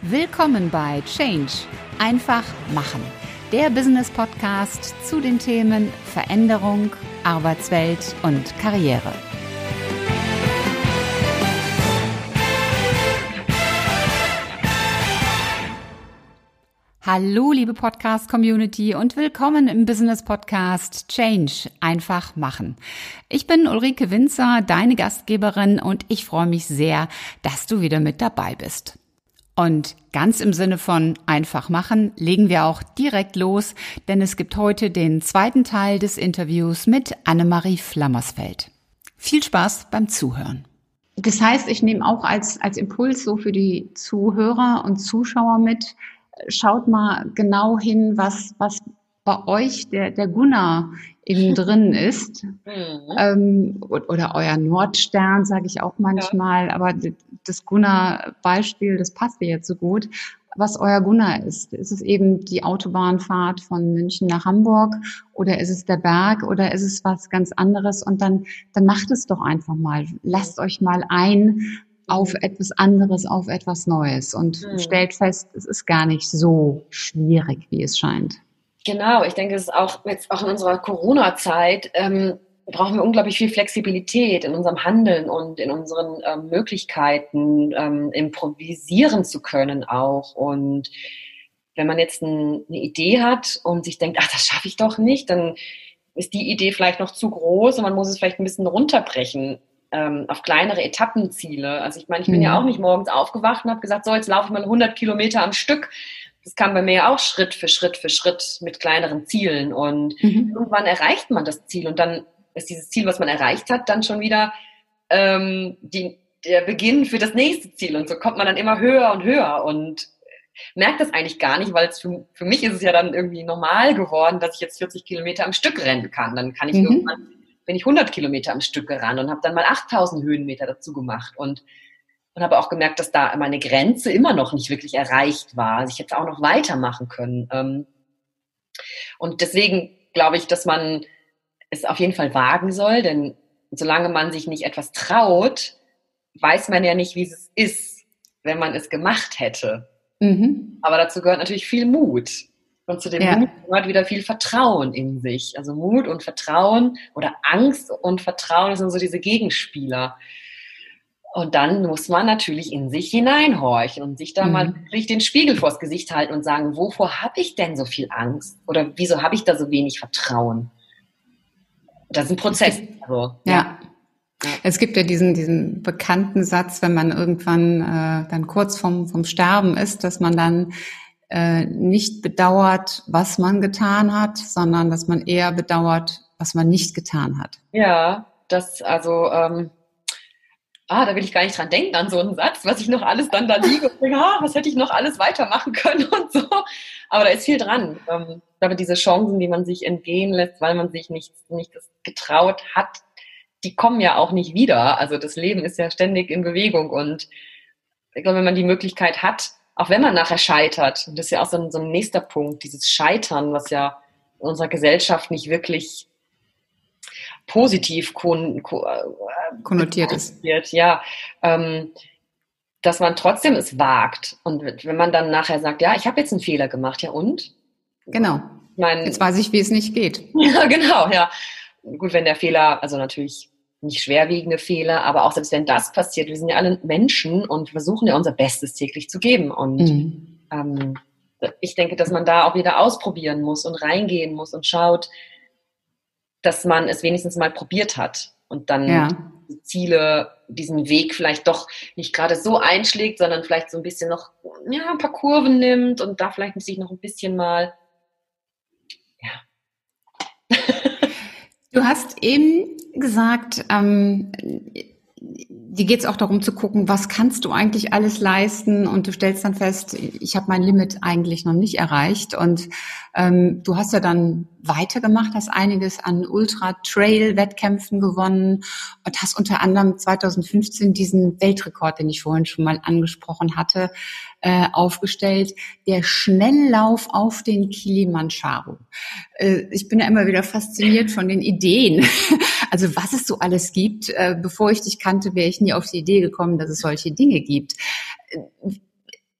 Willkommen bei Change. Einfach machen. Der Business-Podcast zu den Themen Veränderung, Arbeitswelt und Karriere. Hallo, liebe Podcast-Community und willkommen im Business-Podcast Change. Einfach machen. Ich bin Ulrike Winzer, deine Gastgeberin und ich freue mich sehr, dass du wieder mit dabei bist. Und ganz im Sinne von einfach machen, legen wir auch direkt los, denn es gibt heute den zweiten Teil des Interviews mit Annemarie Flammersfeld. Viel Spaß beim Zuhören. Das heißt, ich nehme auch als Impuls so für die Zuhörer und Zuschauer mit, schaut mal genau hin, was bei euch der Gunnar innen drin ist. Oder euer Nordstern, sage ich auch manchmal. Ja. Aber das Gunnar-Beispiel, das passt dir jetzt so gut. Was euer Gunnar ist. Ist es eben die Autobahnfahrt von München nach Hamburg oder ist es der Berg oder ist es was ganz anderes? Und dann macht es doch einfach mal. Lasst euch mal ein auf etwas anderes, auf etwas Neues und stellt fest, es ist gar nicht so schwierig, wie es scheint. Genau, ich denke, es ist auch jetzt auch in unserer Corona-Zeit brauchen wir unglaublich viel Flexibilität in unserem Handeln und in unseren Möglichkeiten, improvisieren zu können auch. Und wenn man jetzt eine Idee hat und sich denkt, ach, das schaffe ich doch nicht, dann ist die Idee vielleicht noch zu groß und man muss es vielleicht ein bisschen runterbrechen auf kleinere Etappenziele. Also ich meine, ich bin ja auch nicht morgens aufgewacht und habe gesagt, so, jetzt laufe ich mal 100 Kilometer am Stück. Das kam bei mir auch Schritt für Schritt für Schritt mit kleineren Zielen. Und irgendwann erreicht man das Ziel. Und dann ist dieses Ziel, was man erreicht hat, dann schon wieder der Beginn für das nächste Ziel. Und so kommt man dann immer höher und höher und merkt das eigentlich gar nicht, weil es für mich ist es ja dann irgendwie normal geworden, dass ich jetzt 40 Kilometer am Stück rennen kann. Dann kann ich irgendwann, bin ich 100 Kilometer am Stück gerannt und habe dann mal 8000 Höhenmeter dazu gemacht. Und habe auch gemerkt, dass da meine Grenze immer noch nicht wirklich erreicht war. Also ich hätte auch noch weitermachen können. Und deswegen glaube ich, dass man es auf jeden Fall wagen soll, denn solange man sich nicht etwas traut, weiß man ja nicht, wie es ist, wenn man es gemacht hätte. Aber dazu gehört natürlich viel Mut. Und zu dem Mut gehört wieder viel Vertrauen in sich. Also Mut und Vertrauen oder Angst und Vertrauen sind so diese Gegenspieler. Und dann muss man natürlich in sich hineinhorchen und sich da mal wirklich den Spiegel vors Gesicht halten und sagen, wovor habe ich denn so viel Angst? Oder wieso habe ich da so wenig Vertrauen? Das ist ein Prozess. Ja. Es gibt ja diesen bekannten Satz, wenn man irgendwann dann kurz vom Sterben ist, dass man dann nicht bedauert, was man getan hat, sondern dass man eher bedauert, was man nicht getan hat. Ja, das also... da will ich gar nicht dran denken, an so einen Satz, was ich noch alles dann da liege und denke, was hätte ich noch alles weitermachen können und so. Aber da ist viel dran. Aber diese Chancen, die man sich entgehen lässt, weil man sich nicht das getraut hat, die kommen ja auch nicht wieder. Also das Leben ist ja ständig in Bewegung und ich glaube, wenn man die Möglichkeit hat, auch wenn man nachher scheitert, und das ist ja auch so ein nächster Punkt, dieses Scheitern, was ja in unserer Gesellschaft nicht wirklich positiv konnotiert ist. Ja, dass man trotzdem es wagt. Und wenn man dann nachher sagt, ja, ich habe jetzt einen Fehler gemacht, ja und? Genau. Jetzt weiß ich, wie es nicht geht. Ja, genau, ja. Gut, wenn der Fehler, also natürlich nicht schwerwiegende Fehler, aber auch selbst wenn das passiert, wir sind ja alle Menschen und versuchen ja unser Bestes täglich zu geben. Und ich denke, dass man da auch wieder ausprobieren muss und reingehen muss und schaut, dass man es wenigstens mal probiert hat und dann die Ziele, diesen Weg vielleicht doch nicht gerade so einschlägt, sondern vielleicht so ein bisschen noch ein paar Kurven nimmt und da vielleicht sich noch ein bisschen mal Du hast eben gesagt, dir geht es auch darum zu gucken, was kannst du eigentlich alles leisten und du stellst dann fest, ich habe mein Limit eigentlich noch nicht erreicht und du hast ja dann weitergemacht, hast einiges an Ultra-Trail-Wettkämpfen gewonnen und hast unter anderem 2015 diesen Weltrekord, den ich vorhin schon mal angesprochen hatte, aufgestellt, der Schnelllauf auf den Kilimanjaro. Ich bin ja immer wieder fasziniert von den Ideen, also was es so alles gibt. Bevor ich dich kannte, wäre ich nie auf die Idee gekommen, dass es solche Dinge gibt.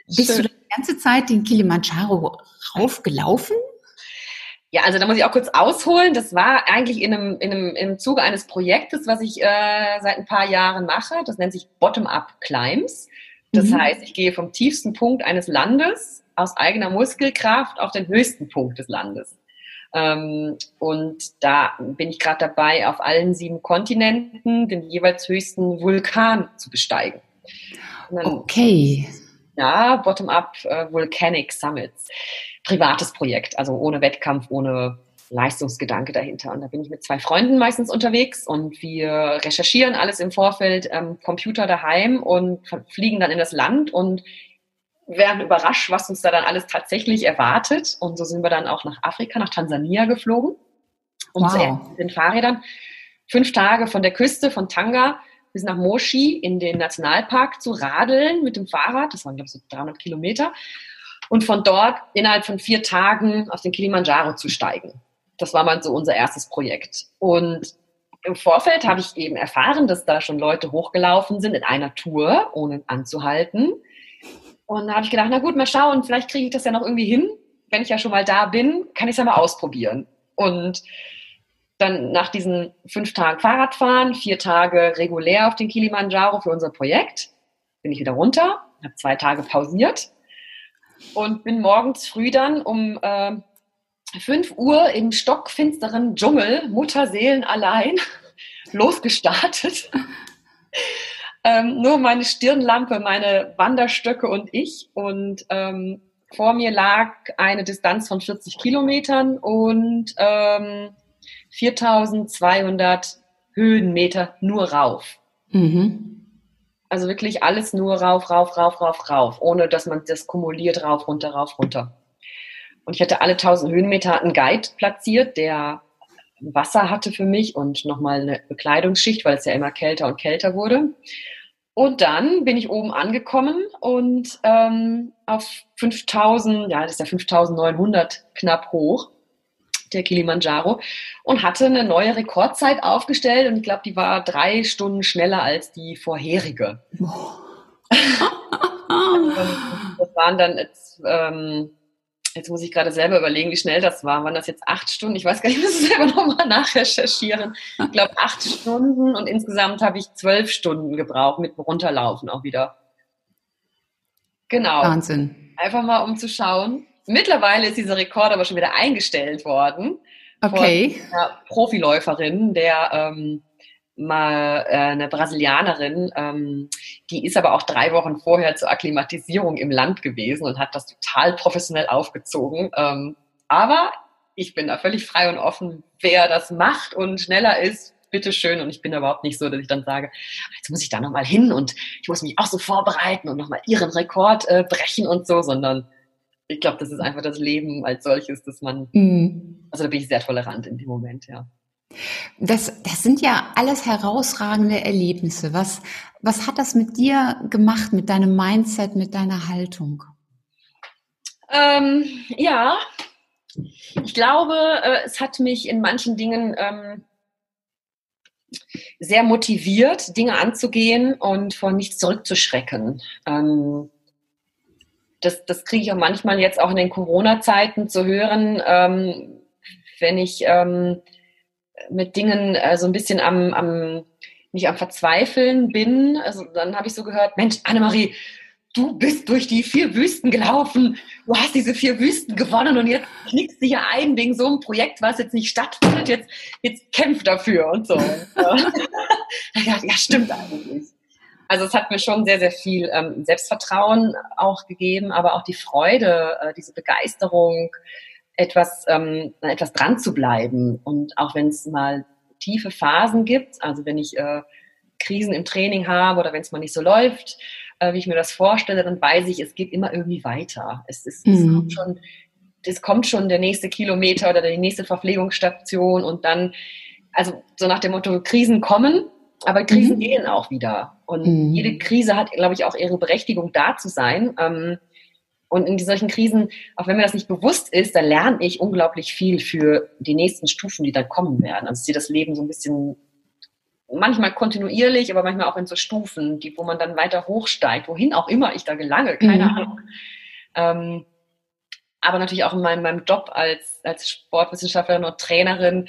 Bist du die ganze Zeit den Kilimanjaro raufgelaufen? Ja, also da muss ich auch kurz ausholen. Das war eigentlich im Zuge eines Projektes, was ich seit ein paar Jahren mache. Das nennt sich Bottom-up Climbs. Das heißt, ich gehe vom tiefsten Punkt eines Landes aus eigener Muskelkraft auf den höchsten Punkt des Landes. Und da bin ich gerade dabei, auf allen 7 Kontinenten den jeweils höchsten Vulkan zu besteigen. Okay. Ja, Bottom-up Volcanic Summits. Privates Projekt, also ohne Wettkampf, ohne Leistungsgedanke dahinter. Und da bin ich mit 2 Freunden meistens unterwegs und wir recherchieren alles im Vorfeld, Computer daheim und fliegen dann in das Land und werden überrascht, was uns da dann alles tatsächlich erwartet. Und so sind wir dann auch nach Afrika, nach Tansania geflogen. Und zuerst mit den Fahrrädern 5 Tage von der Küste von Tanga bis nach Moshi in den Nationalpark zu radeln mit dem Fahrrad. Das waren, glaube ich, so 300 Kilometer. Und von dort innerhalb von 4 Tagen auf den Kilimanjaro zu steigen. Das war mal so unser erstes Projekt. Und im Vorfeld habe ich eben erfahren, dass da schon Leute hochgelaufen sind in einer Tour, ohne anzuhalten. Und da habe ich gedacht, na gut, mal schauen, vielleicht kriege ich das ja noch irgendwie hin. Wenn ich ja schon mal da bin, kann ich es ja mal ausprobieren. Und dann nach diesen 5 Tagen Fahrradfahren, 4 Tage regulär auf den Kilimanjaro für unser Projekt, bin ich wieder runter, habe 2 Tage pausiert und bin morgens früh dann um 5 Uhr im stockfinsteren Dschungel, Mutterseelen allein, losgestartet. Nur meine Stirnlampe, meine Wanderstöcke und ich. Und vor mir lag eine Distanz von 40 Kilometern und 4200 Höhenmeter nur rauf. Also wirklich alles nur rauf, ohne dass man das kumuliert, rauf, runter. Und ich hatte alle 1000 Höhenmeter einen Guide platziert, der Wasser hatte für mich und nochmal eine Bekleidungsschicht, weil es ja immer kälter und kälter wurde. Und dann bin ich oben angekommen und auf 5000, ja, das ist ja 5900 knapp hoch, der Kilimanjaro, und hatte eine neue Rekordzeit aufgestellt und ich glaube, die war 3 Stunden schneller als die vorherige. Das waren dann jetzt muss ich gerade selber überlegen, wie schnell das war. Waren das jetzt 8 Stunden? Ich weiß gar nicht, ich muss selber nochmal nachrecherchieren. Ich glaube 8 Stunden und insgesamt habe ich 12 Stunden gebraucht mit dem Runterlaufen auch wieder. Genau. Wahnsinn. Einfach mal um zu schauen. Mittlerweile ist dieser Rekord aber schon wieder eingestellt worden. Okay. Von einer Profiläuferin, der mal eine Brasilianerin, die ist aber auch 3 Wochen vorher zur Akklimatisierung im Land gewesen und hat das total professionell aufgezogen. Aber ich bin da völlig frei und offen, wer das macht und schneller ist, bitteschön. Und ich bin überhaupt nicht so, dass ich dann sage, jetzt muss ich da nochmal hin und ich muss mich auch so vorbereiten und nochmal ihren Rekord brechen und so, sondern ich glaube, das ist einfach das Leben als solches, dass man, also da bin ich sehr tolerant in dem Moment, ja. Das sind ja alles herausragende Erlebnisse. Was hat das mit dir gemacht, mit deinem Mindset, mit deiner Haltung? Ja, ich glaube, es hat mich in manchen Dingen sehr motiviert, Dinge anzugehen und vor nichts zurückzuschrecken. Das kriege ich auch manchmal jetzt auch in den Corona-Zeiten zu hören, wenn ich mit Dingen so ein bisschen nicht am Verzweifeln bin. Also dann habe ich so gehört, Mensch, Annemarie, du bist durch die 4 Wüsten gelaufen, du hast diese 4 Wüsten gewonnen und jetzt knickst du hier ein wegen so einem Projekt, was jetzt nicht stattfindet, jetzt kämpf dafür und so. Ja, stimmt eigentlich. Also es hat mir schon sehr, sehr viel Selbstvertrauen auch gegeben, aber auch die Freude, diese Begeisterung, etwas dran zu bleiben. Und auch wenn es mal tiefe Phasen gibt, also wenn ich Krisen im Training habe oder wenn es mal nicht so läuft, wie ich mir das vorstelle, dann weiß ich, es geht immer irgendwie weiter. Es kommt schon der nächste Kilometer oder die nächste Verpflegungsstation und dann, also so nach dem Motto, Krisen kommen, aber Krisen gehen auch wieder. Und jede Krise hat, glaube ich, auch ihre Berechtigung, da zu sein. Und in solchen Krisen, auch wenn mir das nicht bewusst ist, da lerne ich unglaublich viel für die nächsten Stufen, die dann kommen werden. Also ich sehe das Leben so ein bisschen manchmal kontinuierlich, aber manchmal auch in so Stufen, wo man dann weiter hochsteigt, wohin auch immer ich da gelange, keine Ahnung. Aber natürlich auch in meinem Job als Sportwissenschaftlerin und Trainerin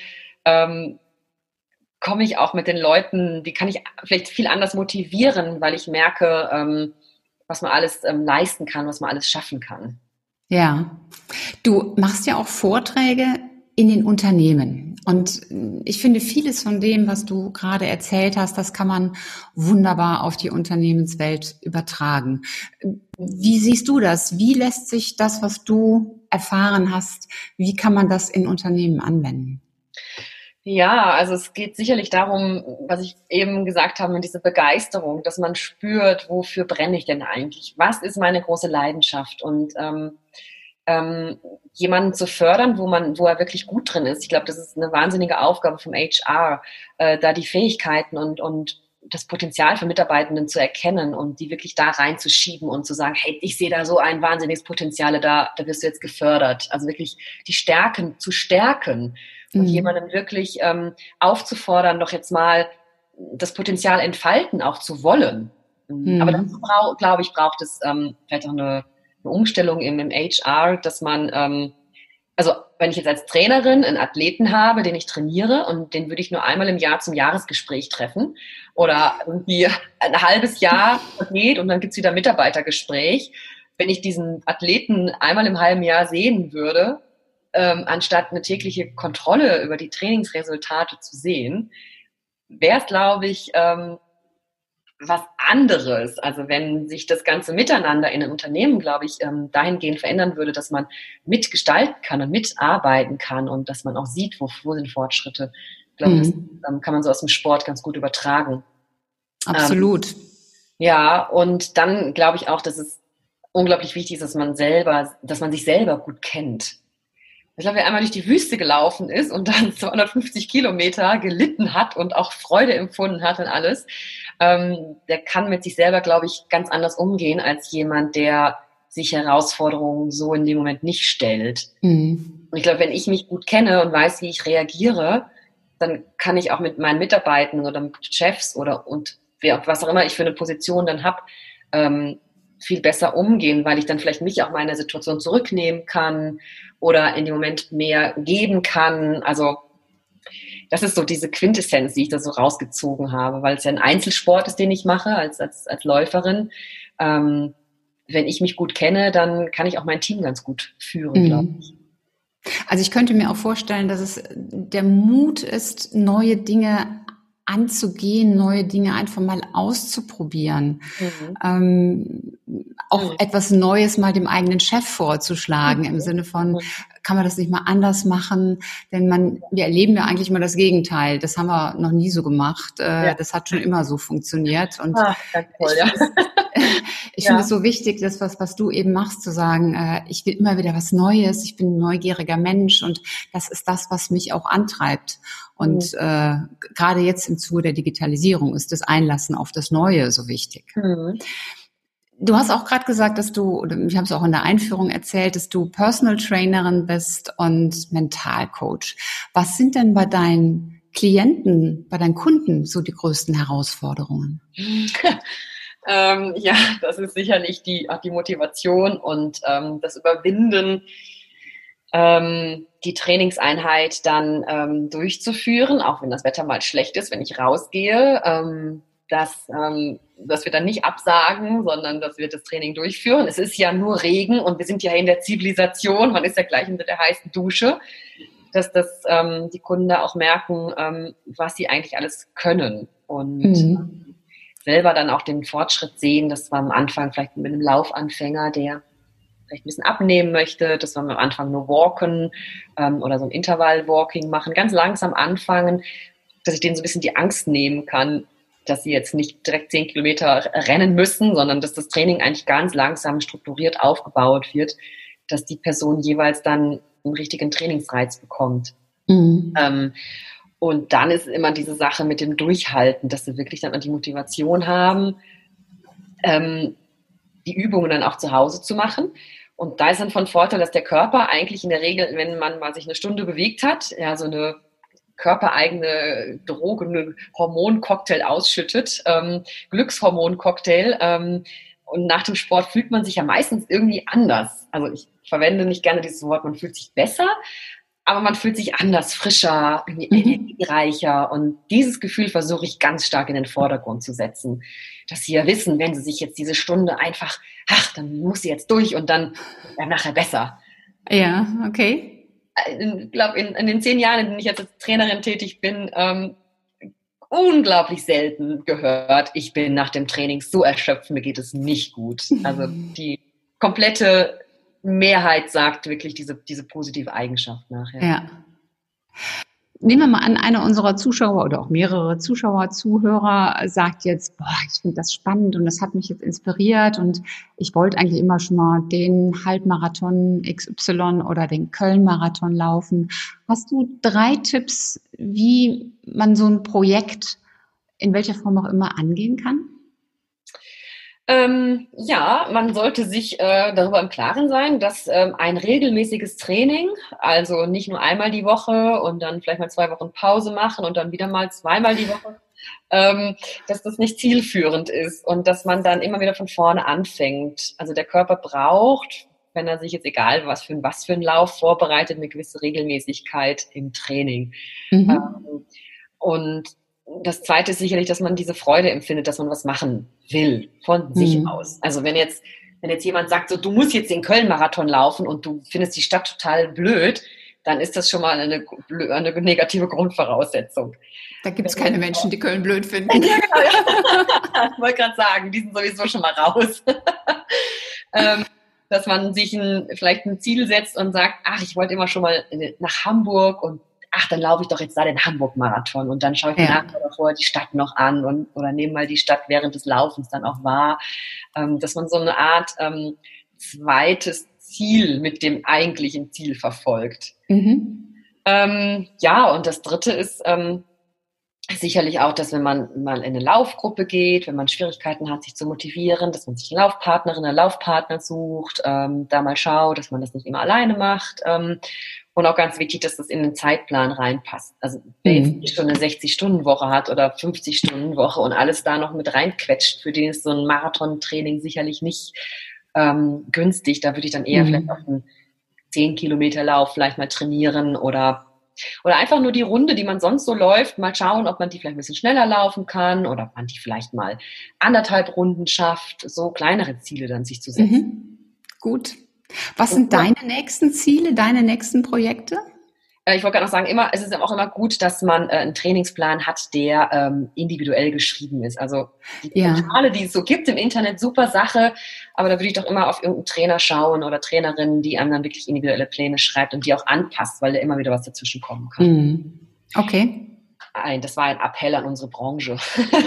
komme ich auch mit den Leuten, die kann ich vielleicht viel anders motivieren, weil ich merke, was man alles leisten kann, was man alles schaffen kann. Ja, du machst ja auch Vorträge in den Unternehmen. Und ich finde, vieles von dem, was du gerade erzählt hast, das kann man wunderbar auf die Unternehmenswelt übertragen. Wie siehst du das? Wie lässt sich das, was du erfahren hast, wie kann man das in Unternehmen anwenden? Ja, also es geht sicherlich darum, was ich eben gesagt habe, diese Begeisterung, dass man spürt, wofür brenne ich denn eigentlich? Was ist meine große Leidenschaft? Und jemanden zu fördern, wo er wirklich gut drin ist. Ich glaube, das ist eine wahnsinnige Aufgabe vom HR, da die Fähigkeiten und das Potenzial für Mitarbeitenden zu erkennen und die wirklich da reinzuschieben und zu sagen, hey, ich sehe da so ein wahnsinniges Potenzial, da wirst du jetzt gefördert. Also wirklich die Stärken zu stärken und jemanden wirklich aufzufordern, doch jetzt mal das Potenzial entfalten, auch zu wollen. Aber dazu glaube ich, braucht es vielleicht auch eine Umstellung im HR, dass man, also wenn ich jetzt als Trainerin einen Athleten habe, den ich trainiere und den würde ich nur einmal im Jahr zum Jahresgespräch treffen oder irgendwie ein halbes Jahr vergeht und dann gibt's wieder Mitarbeitergespräch. Wenn ich diesen Athleten einmal im halben Jahr sehen würde, anstatt eine tägliche Kontrolle über die Trainingsresultate zu sehen, wäre es, glaube ich, was anderes. Also wenn sich das ganze Miteinander in einem Unternehmen, glaube ich, dahingehend verändern würde, dass man mitgestalten kann und mitarbeiten kann und dass man auch sieht, wo sind Fortschritte. Ich glaube, das kann man so aus dem Sport ganz gut übertragen. Absolut. Ja, und dann glaube ich auch, dass es unglaublich wichtig ist, dass man sich selber gut kennt. Ich glaube, wer einmal durch die Wüste gelaufen ist und dann 250 Kilometer gelitten hat und auch Freude empfunden hat und alles, der kann mit sich selber, glaube ich, ganz anders umgehen als jemand, der sich Herausforderungen so in dem Moment nicht stellt. Und ich glaube, wenn ich mich gut kenne und weiß, wie ich reagiere, dann kann ich auch mit meinen Mitarbeitern oder mit Chefs und was auch immer ich für eine Position dann habe, viel besser umgehen, weil ich dann vielleicht mich auch mal in der Situation zurücknehmen kann oder in dem Moment mehr geben kann. Also das ist so diese Quintessenz, die ich da so rausgezogen habe, weil es ja ein Einzelsport ist, den ich mache als Läuferin. Wenn ich mich gut kenne, dann kann ich auch mein Team ganz gut führen, glaube ich. Also ich könnte mir auch vorstellen, dass es der Mut ist, neue Dinge anzugehen, neue Dinge einfach mal auszuprobieren, auch etwas Neues mal dem eigenen Chef vorzuschlagen, im Sinne von, kann man das nicht mal anders machen? Denn wir erleben ja eigentlich mal das Gegenteil. Das haben wir noch nie so gemacht. Das hat schon immer so funktioniert. Und ich finde es so wichtig, das, was du eben machst, zu sagen, ich will immer wieder was Neues, ich bin ein neugieriger Mensch und das ist das, was mich auch antreibt. Und gerade jetzt im Zuge der Digitalisierung ist das Einlassen auf das Neue so wichtig. Du hast auch gerade gesagt, dass du, oder ich habe es auch in der Einführung erzählt, dass du Personal Trainerin bist und Mentalcoach. Was sind denn bei deinen Klienten, bei deinen Kunden so die größten Herausforderungen? Ja, das ist sicherlich die Motivation und das Überwinden, die Trainingseinheit dann durchzuführen, auch wenn das Wetter mal schlecht ist, wenn ich rausgehe, dass wir dann nicht absagen, sondern dass wir das Training durchführen. Es ist ja nur Regen und wir sind ja in der Zivilisation, man ist ja gleich unter der heißen Dusche, dass die Kunden da auch merken, was sie eigentlich alles können und selber dann auch den Fortschritt sehen, dass wir am Anfang vielleicht mit einem Laufanfänger, der vielleicht ein bisschen abnehmen möchte, dass wir am Anfang nur walken oder so ein Intervall-Walking machen, ganz langsam anfangen, dass ich denen so ein bisschen die Angst nehmen kann, dass sie jetzt nicht direkt 10 Kilometer rennen müssen, sondern dass das Training eigentlich ganz langsam strukturiert aufgebaut wird, dass die Person jeweils dann einen richtigen Trainingsreiz bekommt. Und dann ist immer diese Sache mit dem Durchhalten, dass sie wirklich dann die Motivation haben, die Übungen dann auch zu Hause zu machen. Und da ist dann von Vorteil, dass der Körper eigentlich in der Regel, wenn man mal sich eine Stunde bewegt hat, ja, so eine körpereigene Droge, einen Hormoncocktail ausschüttet, Glückshormoncocktail. Und nach dem Sport fühlt man sich ja meistens irgendwie anders. Also ich verwende nicht gerne dieses Wort, man fühlt sich besser, aber man fühlt sich anders, frischer, irgendwie energiereicher. Und dieses Gefühl versuche ich ganz stark in den Vordergrund zu setzen. Dass sie ja wissen, wenn sie sich jetzt diese Stunde einfach, dann muss sie jetzt durch und dann nachher besser. Ja, okay. Ich glaube, in den 10 Jahren, in denen ich jetzt als Trainerin tätig bin, unglaublich selten gehört, ich bin nach dem Training so erschöpft, mir geht es nicht gut. Also die komplette Mehrheit sagt wirklich diese positive Eigenschaft nachher. Ja. Nehmen wir mal an, einer unserer Zuschauer oder auch mehrere Zuschauer, Zuhörer sagt jetzt, ich finde das spannend und das hat mich jetzt inspiriert und ich wollte eigentlich immer schon mal den Halbmarathon XY oder den Köln-Marathon laufen. Hast du 3 Tipps, wie man so ein Projekt in welcher Form auch immer angehen kann? Ja, man sollte sich darüber im Klaren sein, dass ein regelmäßiges Training, also nicht nur einmal die Woche und dann vielleicht mal 2 Wochen Pause machen und dann wieder mal 2-mal die Woche, dass das nicht zielführend ist und dass man dann immer wieder von vorne anfängt. Also der Körper braucht, wenn er sich jetzt egal was für einen Lauf vorbereitet, eine gewisse Regelmäßigkeit im Training. Und das Zweite ist sicherlich, dass man diese Freude empfindet, dass man was machen will von sich aus. Also wenn jetzt jemand sagt, so, du musst jetzt den Köln-Marathon laufen und du findest die Stadt total blöd, dann ist das schon mal eine negative Grundvoraussetzung. Da gibt es keine Menschen, die Köln blöd finden. Ja, genau, ja. Ich wollte gerade sagen, die sind sowieso schon mal raus. Dass man sich vielleicht ein Ziel setzt und sagt, ich wollte immer schon mal nach Hamburg und dann laufe ich doch jetzt da den Hamburg-Marathon und dann schaue ich mir nachher oder vorher die Stadt noch an oder nehme mal die Stadt während des Laufens dann auch wahr, dass man so eine Art zweites Ziel mit dem eigentlichen Ziel verfolgt. Ja, und das Dritte ist sicherlich auch, dass wenn man mal in eine Laufgruppe geht, wenn man Schwierigkeiten hat, sich zu motivieren, dass man sich eine Laufpartnerin, einen Laufpartner sucht, da mal schaut, dass man das nicht immer alleine macht. Und auch ganz wichtig, dass das in den Zeitplan reinpasst. Also wer jetzt schon eine 60-Stunden-Woche hat oder 50-Stunden-Woche und alles da noch mit reinquetscht, für den ist so ein Marathontraining sicherlich nicht günstig. Da würde ich dann eher vielleicht auf einen 10-Kilometer-Lauf vielleicht mal trainieren oder einfach nur die Runde, die man sonst so läuft, mal schauen, ob man die vielleicht ein bisschen schneller laufen kann oder ob man die vielleicht mal 1,5 Runden schafft, so kleinere Ziele dann sich zu setzen. Gut. Was sind deine nächsten Ziele, deine nächsten Projekte? Ich wollte gerade noch sagen, es ist auch immer gut, dass man einen Trainingsplan hat, der individuell geschrieben ist. Also die Portale, die es so gibt im Internet, super Sache, aber da würde ich doch immer auf irgendeinen Trainer schauen oder Trainerin, die einem dann wirklich individuelle Pläne schreibt und die auch anpasst, weil da immer wieder was dazwischen kommen kann. Okay. Das war ein Appell an unsere Branche.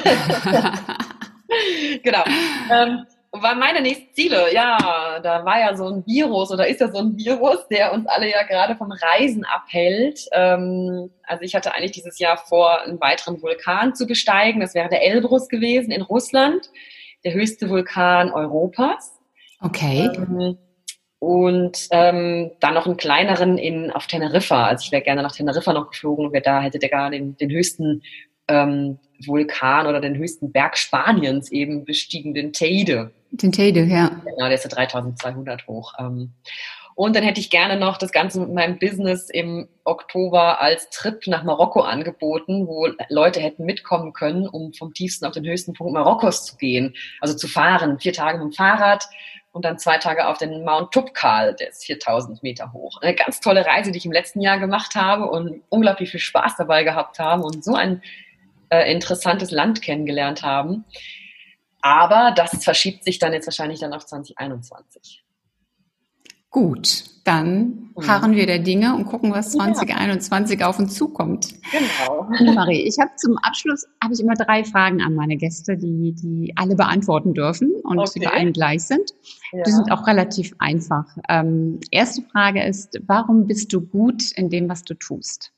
Genau. Waren meine nächsten Ziele, ja, da war ja so ein Virus oder ist ja so ein Virus, der uns alle ja gerade vom Reisen abhält. Also ich hatte eigentlich dieses Jahr vor, einen weiteren Vulkan zu besteigen. Das wäre der Elbrus gewesen in Russland, der höchste Vulkan Europas. Okay. Und dann noch einen kleineren auf Teneriffa. Also ich wäre gerne nach Teneriffa noch geflogen und hätte der gar den höchsten Vulkan oder den höchsten Berg Spaniens eben bestiegen, den Teide. Den Teide, ja. Genau, der ist ja 3200 hoch. Und dann hätte ich gerne noch das Ganze mit meinem Business im Oktober als Trip nach Marokko angeboten, wo Leute hätten mitkommen können, um vom tiefsten auf den höchsten Punkt Marokkos zu gehen. Also zu fahren, 4 Tage mit dem Fahrrad und dann 2 Tage auf den Mount Toubkal, der ist 4000 Meter hoch. Eine ganz tolle Reise, die ich im letzten Jahr gemacht habe und unglaublich viel Spaß dabei gehabt habe und so ein interessantes Land kennengelernt haben. Aber das verschiebt sich dann jetzt wahrscheinlich dann auf 2021. Gut, dann harren wir der Dinge und gucken, was 2021 auf uns zukommt. Genau. Marie, zum Abschluss habe ich immer 3 Fragen an meine Gäste, die alle beantworten dürfen und für allen gleich sind. Ja. Die sind auch relativ einfach. Erste Frage ist, warum bist du gut in dem, was du tust?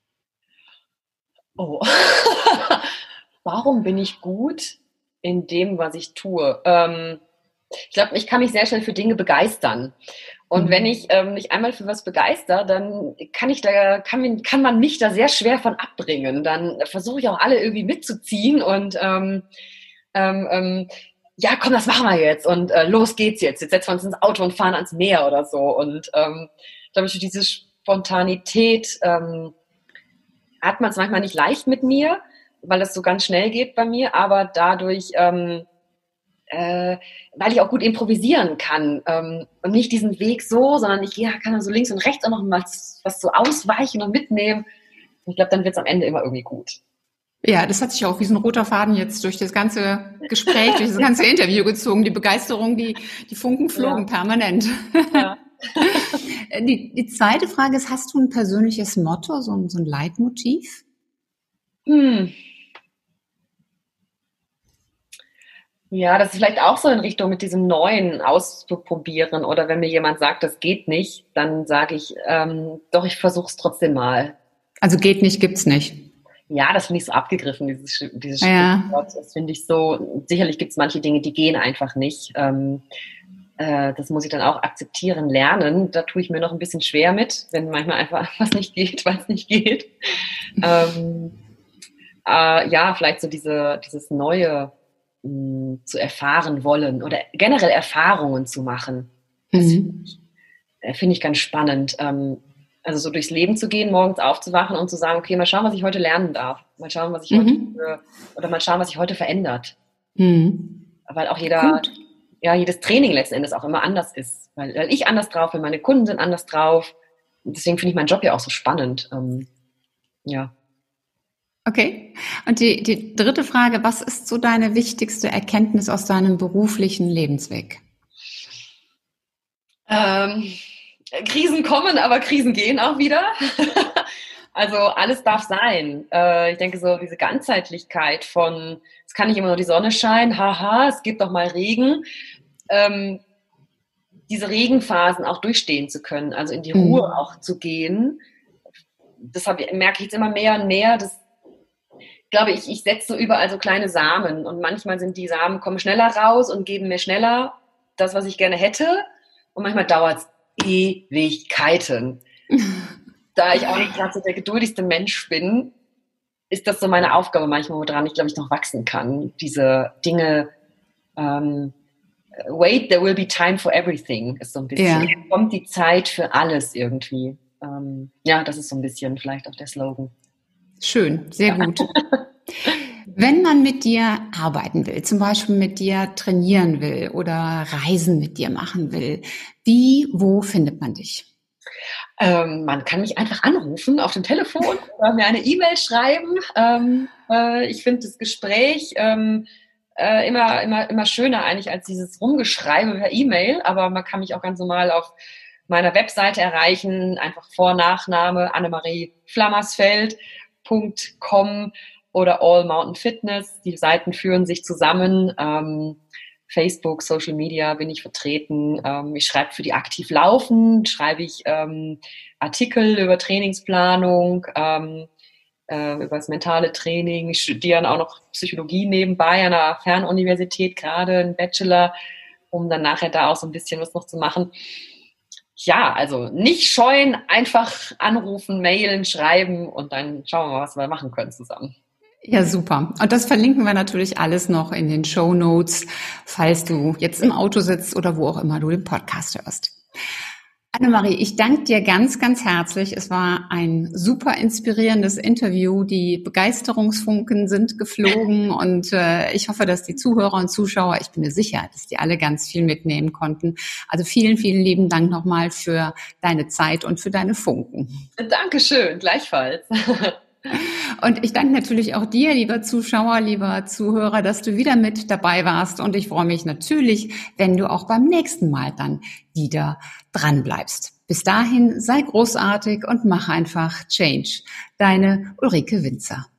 Oh, warum bin ich gut in dem, was ich tue? Ich glaube, ich kann mich sehr schnell für Dinge begeistern. Und wenn ich mich einmal für was begeister, dann kann man mich da sehr schwer von abbringen. Dann versuche ich auch alle irgendwie mitzuziehen und ja, komm, das machen wir jetzt und los geht's jetzt. Jetzt setzen wir uns ins Auto und fahren ans Meer oder so. Und glaube ich, diese Spontanität hat man es manchmal nicht leicht mit mir, weil das so ganz schnell geht bei mir, aber dadurch weil ich auch gut improvisieren kann und nicht diesen Weg so, sondern ich kann dann so links und rechts auch noch mal was so ausweichen und mitnehmen. Und ich glaube, dann wird es am Ende immer irgendwie gut. Ja, das hat sich auch wie so ein roter Faden jetzt durch das ganze Gespräch, durch das ganze Interview gezogen. Die Begeisterung, die Funken flogen permanent. Ja. Die zweite Frage ist, hast du ein persönliches Motto, so ein Leitmotiv? Ja, das ist vielleicht auch so in Richtung mit diesem Neuen auszuprobieren. Oder wenn mir jemand sagt, das geht nicht, dann sage ich, doch, ich versuche es trotzdem mal. Also geht nicht, gibt's nicht. Ja, das finde ich so abgegriffen, dieses Sprichwort. Das finde ich so, sicherlich gibt es manche Dinge, die gehen einfach nicht. Das muss ich dann auch akzeptieren, lernen. Da tue ich mir noch ein bisschen schwer mit, wenn manchmal einfach was nicht geht, weil es nicht geht. Ja, vielleicht so dieses Neue zu erfahren wollen oder generell Erfahrungen zu machen. Das finde ich ganz spannend. Also so durchs Leben zu gehen, morgens aufzuwachen und zu sagen, okay, mal schauen, was ich heute lernen darf. Mal schauen, was ich heute verändert. Weil auch jedes Training letzten Endes auch immer anders ist. Weil ich anders drauf bin, meine Kunden sind anders drauf. Und deswegen finde ich meinen Job ja auch so spannend. Ja. Okay. Und die dritte Frage, was ist so deine wichtigste Erkenntnis aus deinem beruflichen Lebensweg? Krisen kommen, aber Krisen gehen auch wieder. Also alles darf sein. Ich denke so, diese Ganzheitlichkeit von, es kann nicht immer nur die Sonne scheinen, haha, es gibt doch mal Regen. Diese Regenphasen auch durchstehen zu können, also in die Ruhe auch zu gehen. Das merke ich jetzt immer mehr und mehr. Das glaube ich setze so überall so kleine Samen und manchmal sind die Samen, kommen schneller raus und geben mir schneller das, was ich gerne hätte und manchmal dauert es Ewigkeiten. Da ich auch nicht gerade so der geduldigste Mensch bin, ist das so meine Aufgabe manchmal, woran ich glaube ich noch wachsen kann. Diese Dinge, wait, there will be time for everything, ist so ein bisschen, kommt die Zeit für alles irgendwie. Ja, das ist so ein bisschen vielleicht auch der Slogan. Schön, sehr gut. Wenn man mit dir arbeiten will, zum Beispiel mit dir trainieren will oder Reisen mit dir machen will, wo findet man dich? Man kann mich einfach anrufen auf dem Telefon oder mir eine E-Mail schreiben. Ich finde das Gespräch immer schöner eigentlich als dieses Rumgeschreibe per E-Mail, aber man kann mich auch ganz normal auf meiner Webseite erreichen, einfach Vor- Nachname Annemarieflammersfeld.com oder All Mountain Fitness. Die Seiten führen sich zusammen. Facebook, Social Media bin ich vertreten. Ich schreibe für die Aktiv Laufen, schreibe ich Artikel über Trainingsplanung, über das mentale Training. Ich studiere auch noch Psychologie nebenbei an einer Fernuniversität, gerade einen Bachelor, um dann nachher da auch so ein bisschen was noch zu machen. Ja, also nicht scheuen, einfach anrufen, mailen, schreiben und dann schauen wir mal, was wir machen können zusammen. Ja, super. Und das verlinken wir natürlich alles noch in den Shownotes, falls du jetzt im Auto sitzt oder wo auch immer du den Podcast hörst. Annemarie, ich danke dir ganz, ganz herzlich. Es war ein super inspirierendes Interview. Die Begeisterungsfunken sind geflogen und ich hoffe, dass die Zuhörer und Zuschauer, ich bin mir sicher, dass die alle ganz viel mitnehmen konnten. Also vielen, vielen lieben Dank nochmal für deine Zeit und für deine Funken. Dankeschön, gleichfalls. Und ich danke natürlich auch dir, lieber Zuschauer, lieber Zuhörer, dass du wieder mit dabei warst. Und ich freue mich natürlich, wenn du auch beim nächsten Mal dann wieder dran bleibst. Bis dahin, sei großartig und mach einfach Change. Deine Ulrike Winzer.